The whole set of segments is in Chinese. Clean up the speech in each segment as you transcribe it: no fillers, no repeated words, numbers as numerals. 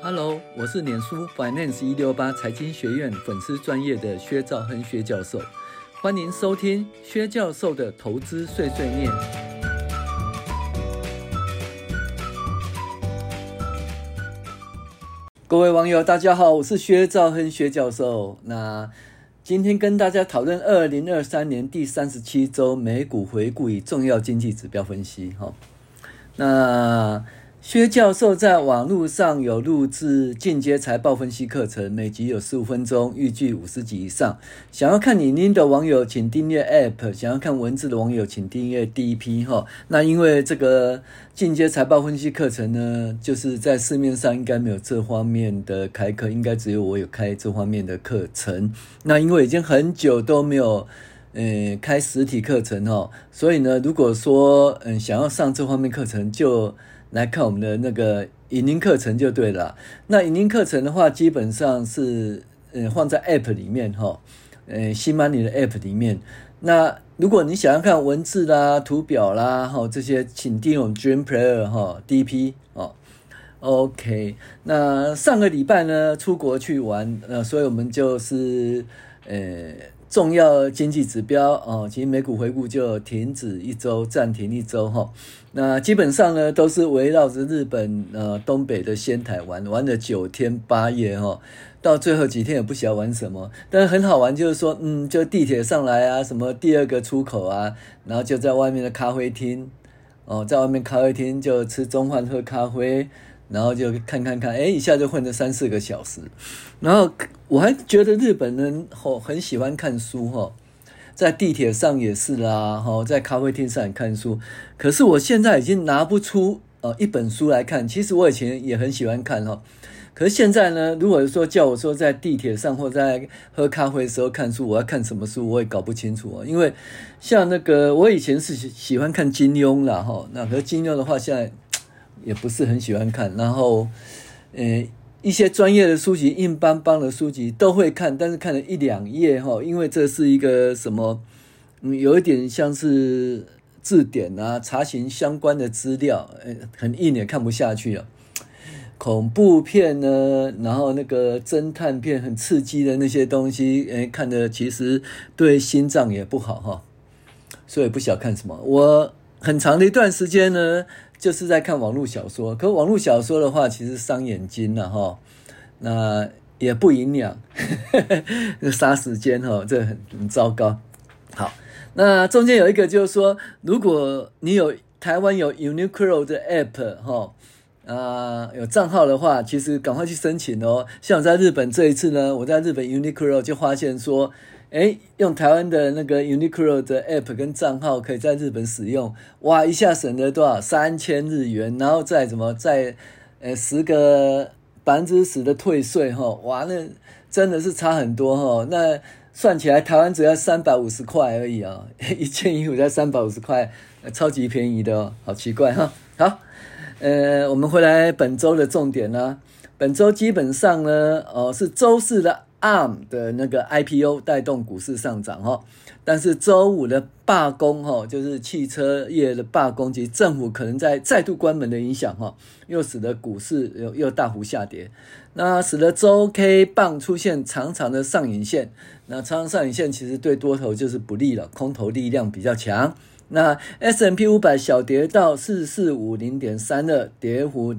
Hello， 我是脸书 Finance 168财经学院粉丝专业的薛兆亨薛教授，欢迎收听薛教授的投资碎碎念。各位网友大家好，我是薛兆亨薛教授。那今天跟大家讨论2023年第37周美股回顾与重要经济指标分析。那薛教授在网络上有录制进阶财报分析课程，每集有15分钟，预计50集以上。想要看影音的网友请订阅 App， 想要看文字的网友请订阅第一批。那因为这个进阶财报分析课程呢，就是在市面上应该没有这方面的开课，应该只有我有开这方面的课程。那因为已经很久都没有开实体课程所以呢，如果说想要上这方面课程，就来看我们的那个影音课程就对了。那影音课程的话，基本上是放在 App 里面新 Money 的 App 里面。那如果你想要看文字啦、图表啦这些，请订阅我们 Dream Player第一批OK。那上个礼拜呢出国去玩，所以我们就是重要经济指标其实美股回顾就停止一周，暂停一周那基本上呢都是围绕着日本东北的仙台玩了9天8夜到最后几天也不晓得玩什么，但是很好玩，就是说就地铁上来啊，什么第二个出口啊，然后就在外面的咖啡厅在外面咖啡厅就吃中饭喝咖啡，然后就看一下就混了3-4个小时。然后我还觉得日本人很喜欢看书在地铁上也是啦在咖啡厅上也看书。可是我现在已经拿不出一本书来看，其实我以前也很喜欢看可是现在呢，如果说叫我说在地铁上或在喝咖啡的时候看书，我要看什么书我也搞不清楚因为像那个我以前是喜欢看金庸啦那可是金庸的话现在也不是很喜欢看，然后一些专业的书籍硬邦邦的书籍都会看，但是看了1-2页因为这是一个什么有一点像是字典啊，查询相关的资料很硬也看不下去恐怖片呢，然后那个侦探片很刺激的那些东西看的其实对心脏也不好所以不晓得看什么。我很长的一段时间呢就是在看网络小说，可网络小说的话其实伤眼睛那也不营养杀时间这很糟糕。好，那中间有一个就是说，如果你有台湾有 Uniqlo 的 App 有账号的话，其实赶快去申请像我在日本这一次呢，我在日本 Uniqlo 就发现说用台湾的那个 Uniqlo 的 App 跟账号可以在日本使用，哇，一下省了多少？3000日元，然后再10%的退税哇，那真的是差很多那算起来台湾只要350块而已一件衣服才350块，超级便宜的好奇怪好，我们回来本周的重点啦。本周基本上呢是周四的ARM 的那个 IPO 带动股市上涨但是周五的罢工就是汽车业的罢工及政府可能再度关门的影响又使得股市又大幅下跌，那使得周 K 棒出现长长的上影线，那长长上影线其实对多头就是不利了，空头力量比较强。那 S&P 500小跌到 4450.32， 跌幅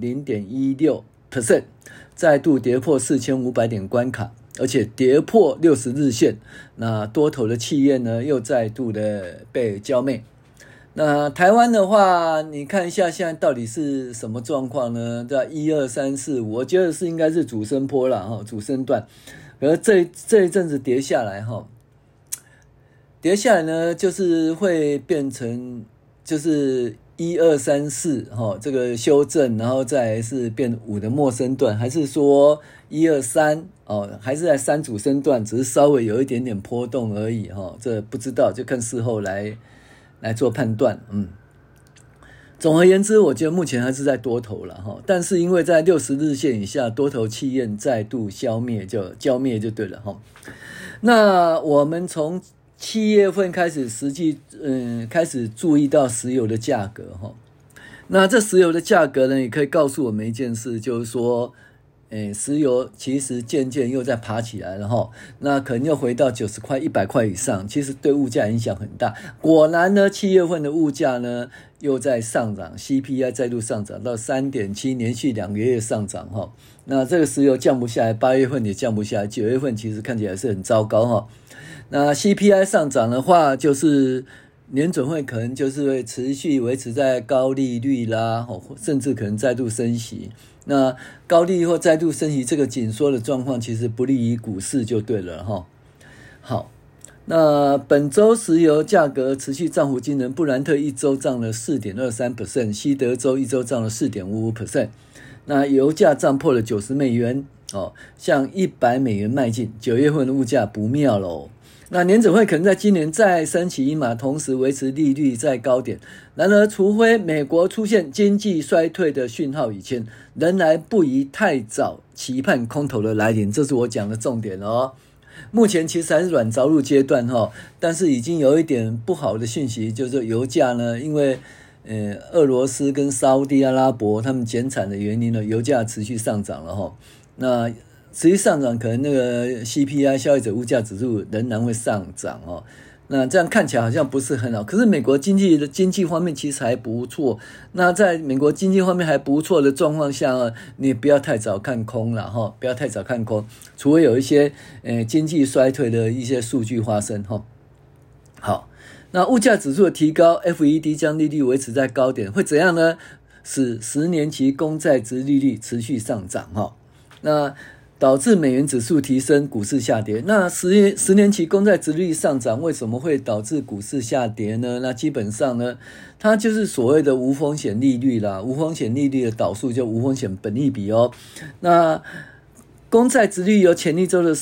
0.16%， 再度跌破4500点关卡，而且跌破60日线，那多头的企业呢又再度的被浇灭。那台湾的话，你看一下现在到底是什么状况呢？在1、2、3、4、5，我觉得应该是主升波啦主升段，而这一阵子跌下来跌下来呢，就是会变成就是1、2、3、4这个修正，然后再来是变5的末升段，还是说1、2、3还是在3主升段，只是稍微有一点点波动而已这不知道，就看事后来做判断。总而言之，我觉得目前还是在多头了但是因为在60日线以下，多头气焰再度浇灭就对了那我们从7月份开始开始注意到石油的价格那这石油的价格呢，也可以告诉我们一件事，就是说石油其实渐渐又在爬起来了哈，那可能又回到90块、100块以上，其实对物价影响很大。果然呢，7月份的物价呢又在上涨 ，CPI 再度上涨到 3.7， 连续2个月上涨哈。那这个石油降不下来，8月份也降不下来，9月份其实看起来是很糟糕哈。那 CPI 上涨的话，就是联准会可能就是会持续维持在高利率啦，甚至可能再度升息。那高利率或再度升息这个紧缩的状况，其实不利于股市就对了哈。好，那本周石油价格持续涨幅惊人，布兰特一周涨了 4.23%， 西德州一周涨了 4.55%。那油价涨破了$90向$100迈进，9月份的物价不妙喽。那联准会可能在今年再升息一码，同时维持利率在高点。然而，除非美国出现经济衰退的讯号以前，仍然不宜太早期盼空头的来临。这是我讲的重点哦。目前其实还是软着陆阶段哈，但是已经有一点不好的讯息，就是油价呢，因为俄罗斯跟沙烏地阿拉伯他们减产的原因呢，油价持续上涨了哈。那持续上涨，可能那个 CPI 消费者物价指数仍然会上涨哦。那这样看起来好像不是很好，可是美国经济方面其实还不错。那在美国经济方面还不错的状况下，你也不要太早看空了哈，不要太早看空，除非有一些经济衰退的一些数据发生哈。好，那物价指数的提高 ，FED 将利率维持在高点，会怎样呢？使10年期公债殖利率持续上涨哈。那导致美元指数提升，股市下跌。那十年期公债殖利率上涨，为什么会导致股市下跌呢？那基本上呢，它就是所谓的无风险利率啦。无风险利率的导数就无风险本益比哦。那公债殖利率由前一周的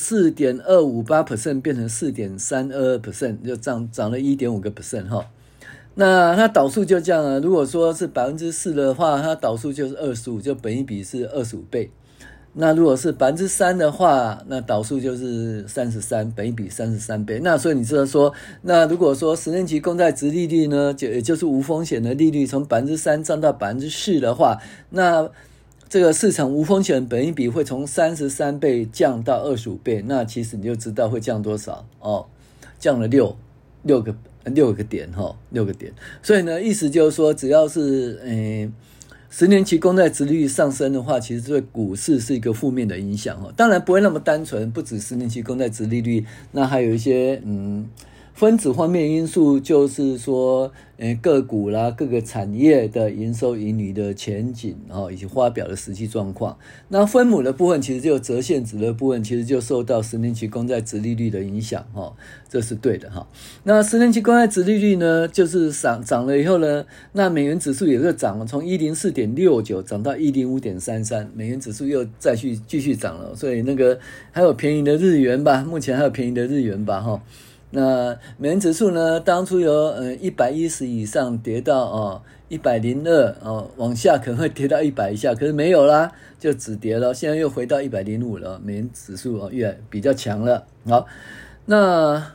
4.258% 变成 4.32%， 就涨了 1.5% 哈。那它导数就这样啊，如果说是 4% 的话，它导数就是25，就本益比是25倍。那如果是 3% 的话，那导数就是33，本益比33倍。那所以你知道说，那如果说10年期公债殖利率呢，也就是无风险的利率从 3% 涨到 4% 的话，那这个市场无风险本益比会从33倍降到25倍。那其实你就知道会降多少哦，降了6个点哈，6个点。所以呢，意思就是说，只要是10年期公债殖利率上升的话，其实对股市是一个负面的影响哦。当然不会那么单纯，不止10年期公债殖利率，那还有一些分子方面因素，就是说个股啦、各个产业的营收盈余的前景以及发表的实际状况。那分母的部分其实就折现值的部分，其实就受到10年期公债殖利率的影响这是对的哈。那10年期公债殖利率呢，就是涨了以后呢，那美元指数也是涨了，从 104.69 涨到 105.33， 美元指数又继续涨了，所以那个还有便宜的日元吧，目前还有便宜的日元吧哈。那美元指数呢，当初由110以上跌到102往下可能会跌到100以下，可是没有啦，就止跌了，现在又回到105了，美元指数比较强了。好，那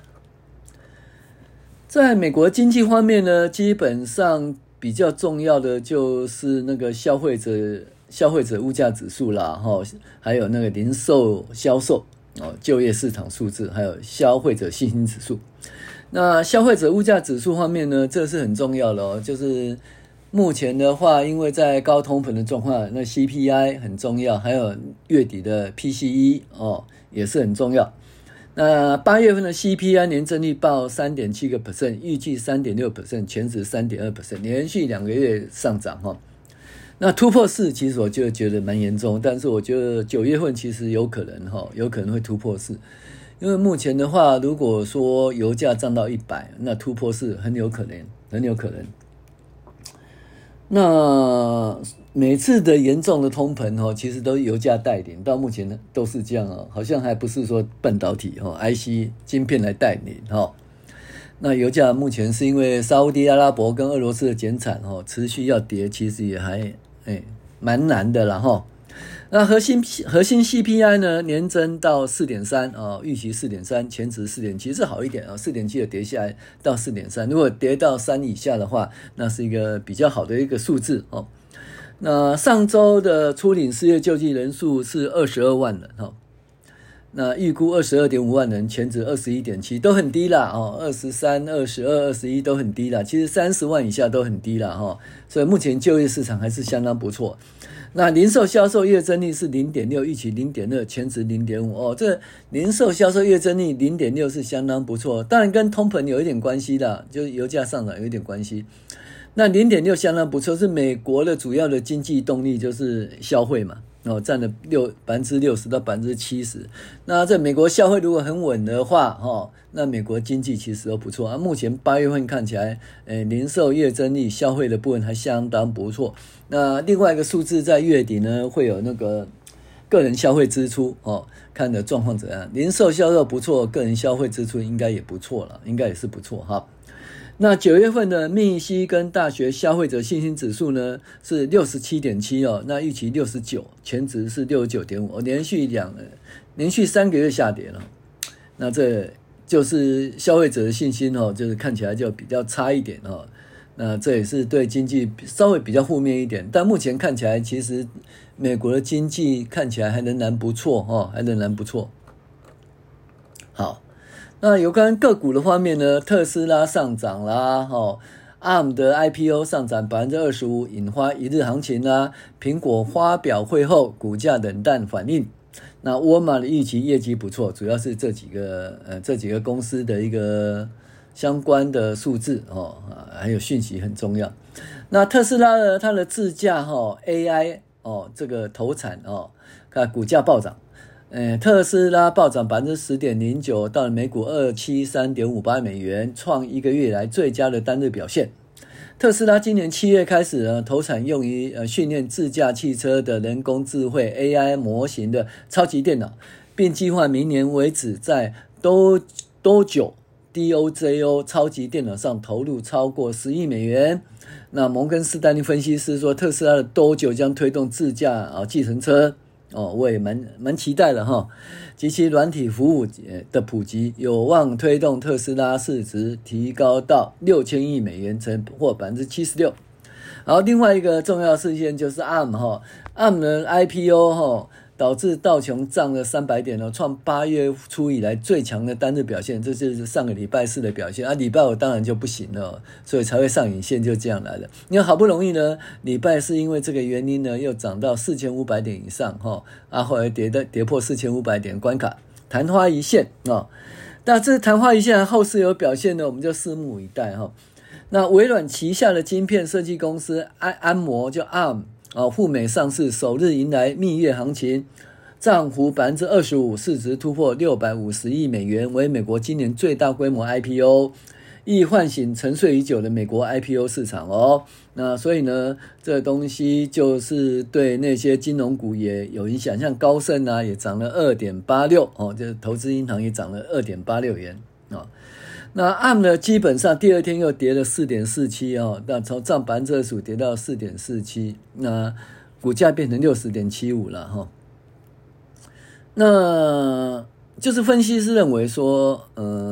在美国经济方面呢，基本上比较重要的就是那个消费者物价指数啦，还有那个零售销售就业市场数字，还有消费者信心指数。那消费者物价指数方面呢，这是很重要的就是目前的话，因为在高通膨的状况，那 CPI 很重要，还有月底的 PCE 也是很重要。那8月份的 CPI 年增率报 3.7%， 预计 3.6%， 前值 3.2%， 连续2个月上涨那突破4其实我就觉得蛮严重，但是我觉得9月份其实有可能会突破4，因为目前的话，如果说油价涨到100，那突破4很有可能。那每次的严重的通膨其实都油价带领，到目前都是这样好像还不是说半导体IC 晶片来带领那油价目前是因为沙烏地阿拉伯跟俄罗斯的减产持续要跌，其实也还蛮难的啦那核心 CPI 呢，年增到 4.3 预期 4.3， 前值 4.7， 是好一点4.7 的跌下来到 4.3， 如果跌到3以下的话，那是一个比较好的一个数字那上周的初领失业救济人数是22万人那预估 22.5 万人，全职 21.7 都很低啦23、22、21都很低啦，其实30万以下都很低啦所以目前就业市场还是相当不错。那零售销售月增率是 0.6， 预期 0.2， 全职 0.5 这零售销售月增率 0.6 是相当不错，当然跟通膨有一点关系的，就是油价上涨有一点关系。那 0.6 相当不错，是美国的主要的经济动力就是消费嘛占了60%到70%。那在美国消费如果很稳的话那美国经济其实都不错目前8月份看起来零售月增率消费的部分还相当不错。那另外一个数字在月底呢会有那个个人消费支出看的状况怎样，零售销售不错，个人消费支出应该也不错了，应该也是不错那9月份的密西根大学消费者信心指数呢是 67.7 那预期69，全值是 69.5 连续3个月下跌了。那这就是消费者的信心就是看起来就比较差一点那这也是对经济稍微比较负面一点，但目前看起来其实美国的经济看起来还仍然不错还仍然不错。好，那有关个股的方面呢，特斯拉上涨啦ARM 的 IPO 上涨 25%， 引发一日行情啦。苹果发表会后股价冷淡反应。那沃尔玛的预期业绩不错，主要是这几个公司的一个相关的数字还有讯息很重要。那特斯拉呢，它的自驾AI 这个投产股价暴涨。特斯拉暴涨 10.09%， 到了每股 273.58 美元，创1个月以来最佳的单日表现。特斯拉今年7月开始投产用于训练自驾汽车的人工智慧 AI 模型的超级电脑，并计划明年为止在Dojo超级电脑上投入超过10亿美元。那摩根士丹利分析师说，特斯拉的 Dojo 将推动自驾计程车我也蛮期待的及其软体服务的普及，有望推动特斯拉市值提高到6000亿美元，或 76%。然后另外一个重要事件就是 ARM 的 IPO 导致道琼涨了300点创8月初以来最强的单日表现，这就是上个礼拜四的表现礼拜五当然就不行了，所以才会上影线就这样来的。因为好不容易呢，礼拜四因为这个原因呢，又涨到4500点以上后来跌破4500点关卡，昙花一现那这昙花一现后市有表现呢，我们就拭目以待那微软旗下的晶片设计公司安摩就 ARM赴美上市首日迎来蜜月行情，涨幅 25%， 市值突破650亿美元，为美国今年最大规模 IPO， 亦唤醒沉睡已久的美国 IPO 市场那所以呢，这东西就是对那些金融股也有影响，像高盛也涨了 2.86 就是投资银行也涨了 2.86 元那 ARM 呢，基本上第二天又跌了 4.47 那从涨 25% 跌到 4.47， 那股价变成 60.75 了那就是分析师认为说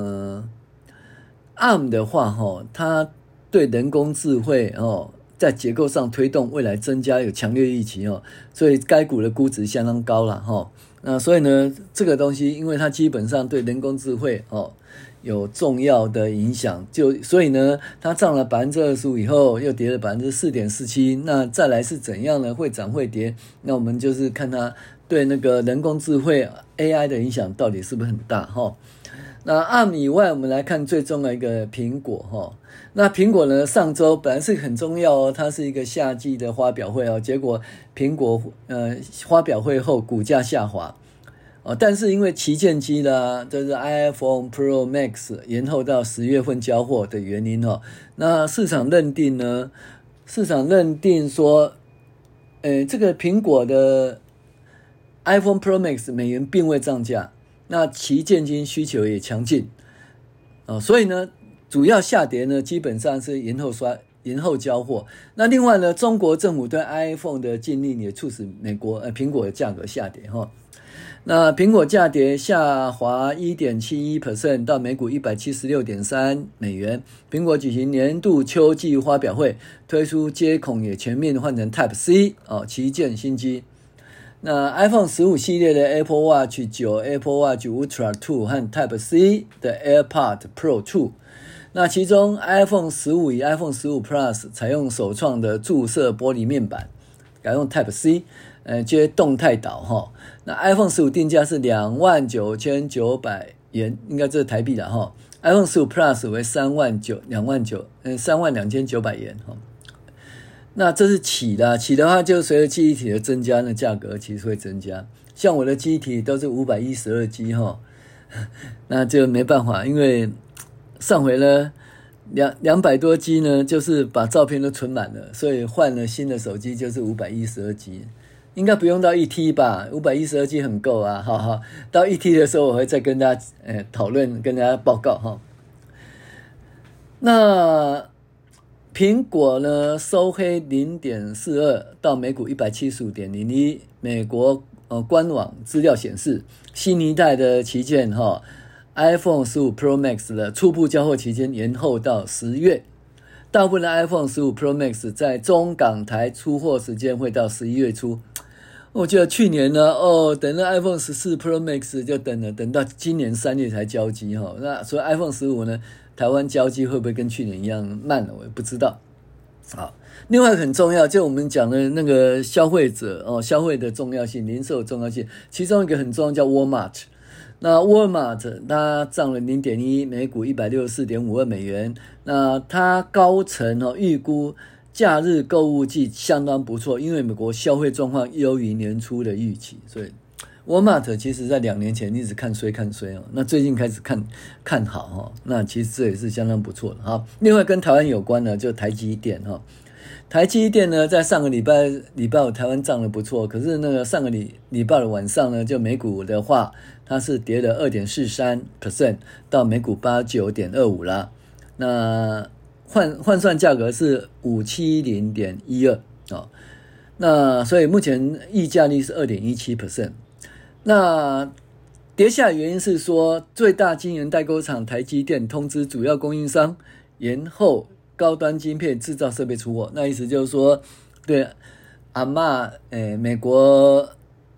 ARM 的话它对人工智慧在结构上推动未来增加有强烈预期所以该股的估值相当高了那所以呢，这个东西因为它基本上对人工智慧有重要的影响，所以呢，它涨了 25% 以后又跌了 4.47%， 那再来是怎样呢？会涨会跌，那我们就是看它对那个人工智慧 AI 的影响到底是不是很大那 ARM 以外，我们来看最重要的一个苹果那苹果呢，上周本来是很重要它是一个夏季的发表会结果苹果发表会后股价下滑但是因为旗舰机啦，就是 iPhone Pro Max 延后到10月份交货的原因那市场认定说这个苹果的 iPhone Pro Max 美元并未涨价，那旗舰机需求也强劲所以呢主要下跌呢基本上是延后延后交货。那另外呢，中国政府对 iPhone 的禁令也促使苹果的价格下跌哈。那苹果价跌下滑 1.71% 到每股 176.3 美元。苹果举行年度秋季发表会，推出接孔也全面换成 Type-C 旗舰新机。那 iPhone 15系列的 Apple Watch 9、Apple Watch Ultra 2和 Type-C 的 AirPods Pro 2。那其中 iPhone 15与 iPhone 15 Plus 采用首创的注射玻璃面板，改用 Type-C， 接动态岛哈。那 iPhone 15定价是29,900元，应该这是台币的哈。iPhone 15 Plus 为32,900元哈。那这是起的话，就随着记忆体的增加呢，价格其实会增加。像我的记忆体都是512G哈，那就没办法，因为上回呢200多 G 呢，就是把照片都存满了，所以换了新的手机就是512G。应该不用到 1T 吧 ,512G 很够啊，好，到 1T 的时候我会再跟大家讨论，跟大家报告哈。那苹果呢收黑 0.42 到每股 175.01， 美国官网资料显示，新一代的旗舰iPhone 15 Pro Max 的初步交货期间延后到10月，大部分的 iPhone 15 Pro Max 在中港台出货时间会到11月初。我记得去年呢，等了 iPhone 14 Pro Max 就等到今年3月才交机哈。那所以 iPhone 15呢，台湾交机会不会跟去年一样慢了，我也不知道。好，另外很重要，就我们讲的那个消费者消费的重要性，零售的重要性，其中一个很重要叫 Walmart。那 Walmart 它涨了 0.1， 每股 164.52 美元。那它高层预估假日购物季相当不错，因为美国消费状况优于年初的预期，所以 Walmart 其实在2年前一直看衰那最近开始看好那其实这也是相当不错的哈。另外跟台湾有关的就台积电台积电呢在上个礼拜五台湾涨得不错，可是那个上个礼拜的晚上呢，就美股的话它是跌了 2.43% 到每股 89.25 啦。那换算价格是 570.12 那所以目前溢价率是 2.17%。 那跌下原因是说，最大晶圆代工厂台积电通知主要供应商延后高端晶片制造设备出货。那意思就是说，对美国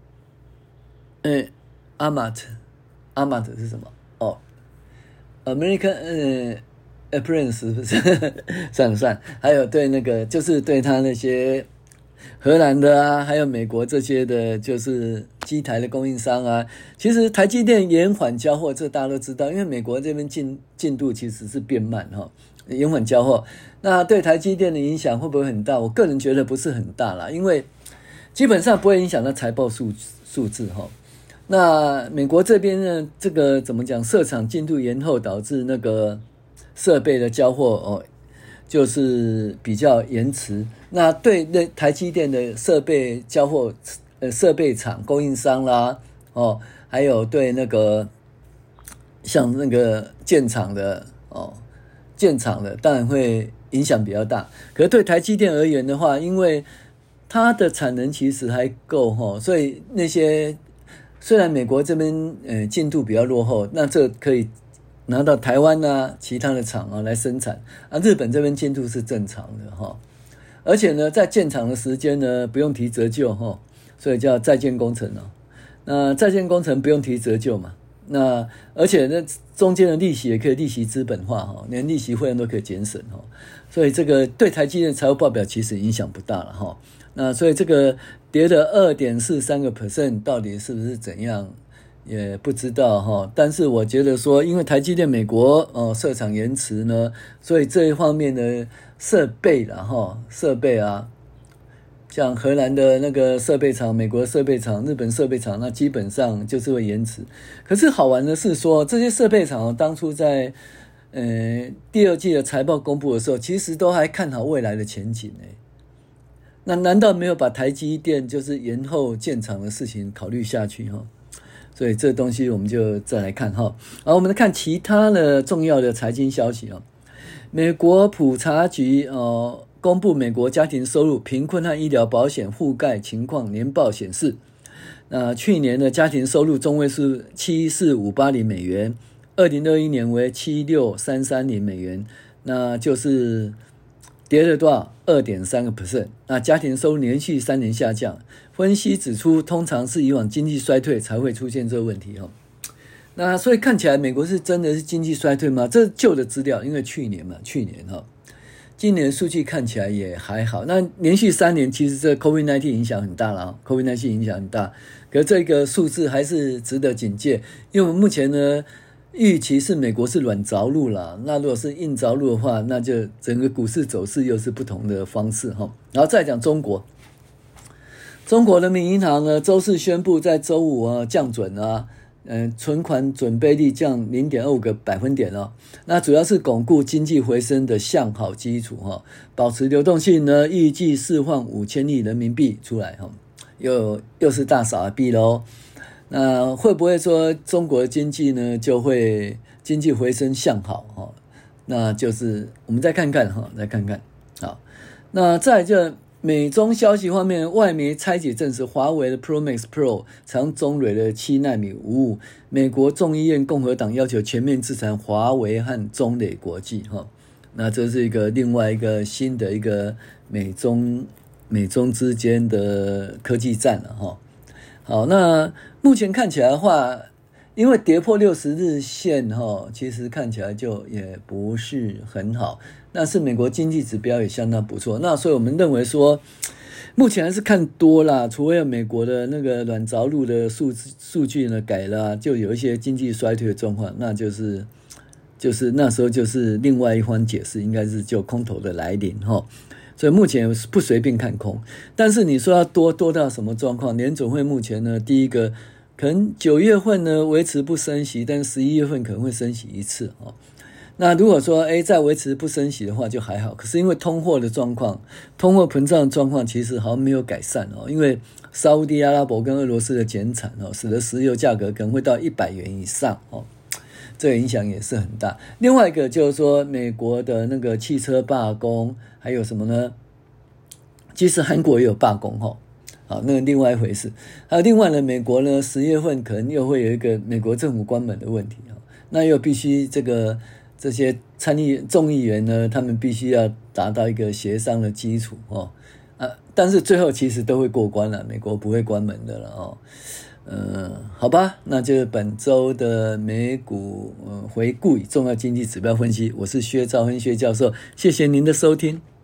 阿玛特是什么American Appliance 是不是算还有对那个就是对他那些荷兰的还有美国这些的就是机台的供应商其实台积电延缓交货，这大家都知道，因为美国这边进度其实是变慢延缓交货。那对台积电的影响会不会很大？我个人觉得不是很大啦，因为基本上不会影响到财报数字那美国这边呢，这个怎么讲，设厂进度延后导致那个设备的交货就是比较延迟。那对那台积电的设备交货设备厂供应商啦还有对那个像那个建厂的当然会影响比较大。可是对台积电而言的话，因为它的产能其实还够所以那些虽然美国这边进度比较落后，那这可以拿到台湾其他的厂来生产日本这边进度是正常的而且呢在建厂的时间呢不用提折旧所以叫在建工程那在建工程不用提折旧嘛，那而且那中间的利息也可以利息资本化连利息费用都可以减省所以这个对台积电财务报表其实影响不大了那所以这个跌了 2.43% 到底是不是怎样也不知道但是我觉得说，因为台积电美国设厂延迟呢，所以这一方面的设备像荷兰的那个设备厂、美国的设备厂、日本设备厂，那基本上就是会延迟。可是好玩的是说，这些设备厂当初在第二季的财报公布的时候，其实都还看好未来的前景那难道没有把台积电就是延后建厂的事情考虑下去所以这东西我们就再来看好，我们来看其他的重要的财经消息美国普查局公布美国家庭收入、贫困和医疗保险覆盖情况年报显示，去年的家庭收入中位数74580美元，2021年为76330美元，那就是跌了多少 2.3%。 那家庭收入连续3年下降，分析指出通常是以往经济衰退才会出现这个问题。那所以看起来美国是真的是经济衰退吗？这是旧的资料，因为去年今年的数据看起来也还好。那连续3年其实这 COVID-19 影响很大了，COVID-19 影响很大，可是这个数字还是值得警戒，因为我们目前呢预期是美国是软着陆啦，那如果是硬着陆的话，那就整个股市走势又是不同的方式。然后再讲中国人民银行呢周四宣布在周五降准存款准备率降 0.25 个百分点那主要是巩固经济回升的向好基础保持流动性呢，预计释放5000亿人民币出来又是大傻逼咯。那会不会说中国的经济呢就会经济回升向好那就是我们再看看好。那再来就美中消息方面，外媒拆解证实华为的 Pro Max Pro 采用中磊的7奈米无误，美国众议院共和党要求全面制裁华为和中磊国际那这是另外一个新的一个美中之间的科技战了好，那目前看起来的话，因为跌破60日线其实看起来就也不是很好，但是美国经济指标也相当不错，那所以我们认为说目前还是看多啦，除非美国的那个软着陆的数据呢改了就有一些经济衰退的状况，那就是那时候就是另外一番解释，应该是就空头的来临所以目前不随便看空，但是你说要多到什么状况？联准会目前呢，第一个可能9月份呢维持不升息，但11月份可能会升息一次那如果说再维持不升息的话就还好，可是因为通货膨胀的状况其实好像没有改善因为沙烏地阿拉伯跟俄罗斯的减产使得石油价格可能会到100元以上这个影响也是很大。另外一个就是说美国的那个汽车罢工，还有什么呢？其实韩国也有罢工那个另外一回事。还有另外呢，美国呢10月份可能又会有一个美国政府关门的问题那又必须这些众议员呢，他们必须要达到一个协商的基础但是最后其实都会过关了，美国不会关门的了好吧，那就是本周的美股回顾与重要经济指标分析。我是薛兆亨薛教授，谢谢您的收听。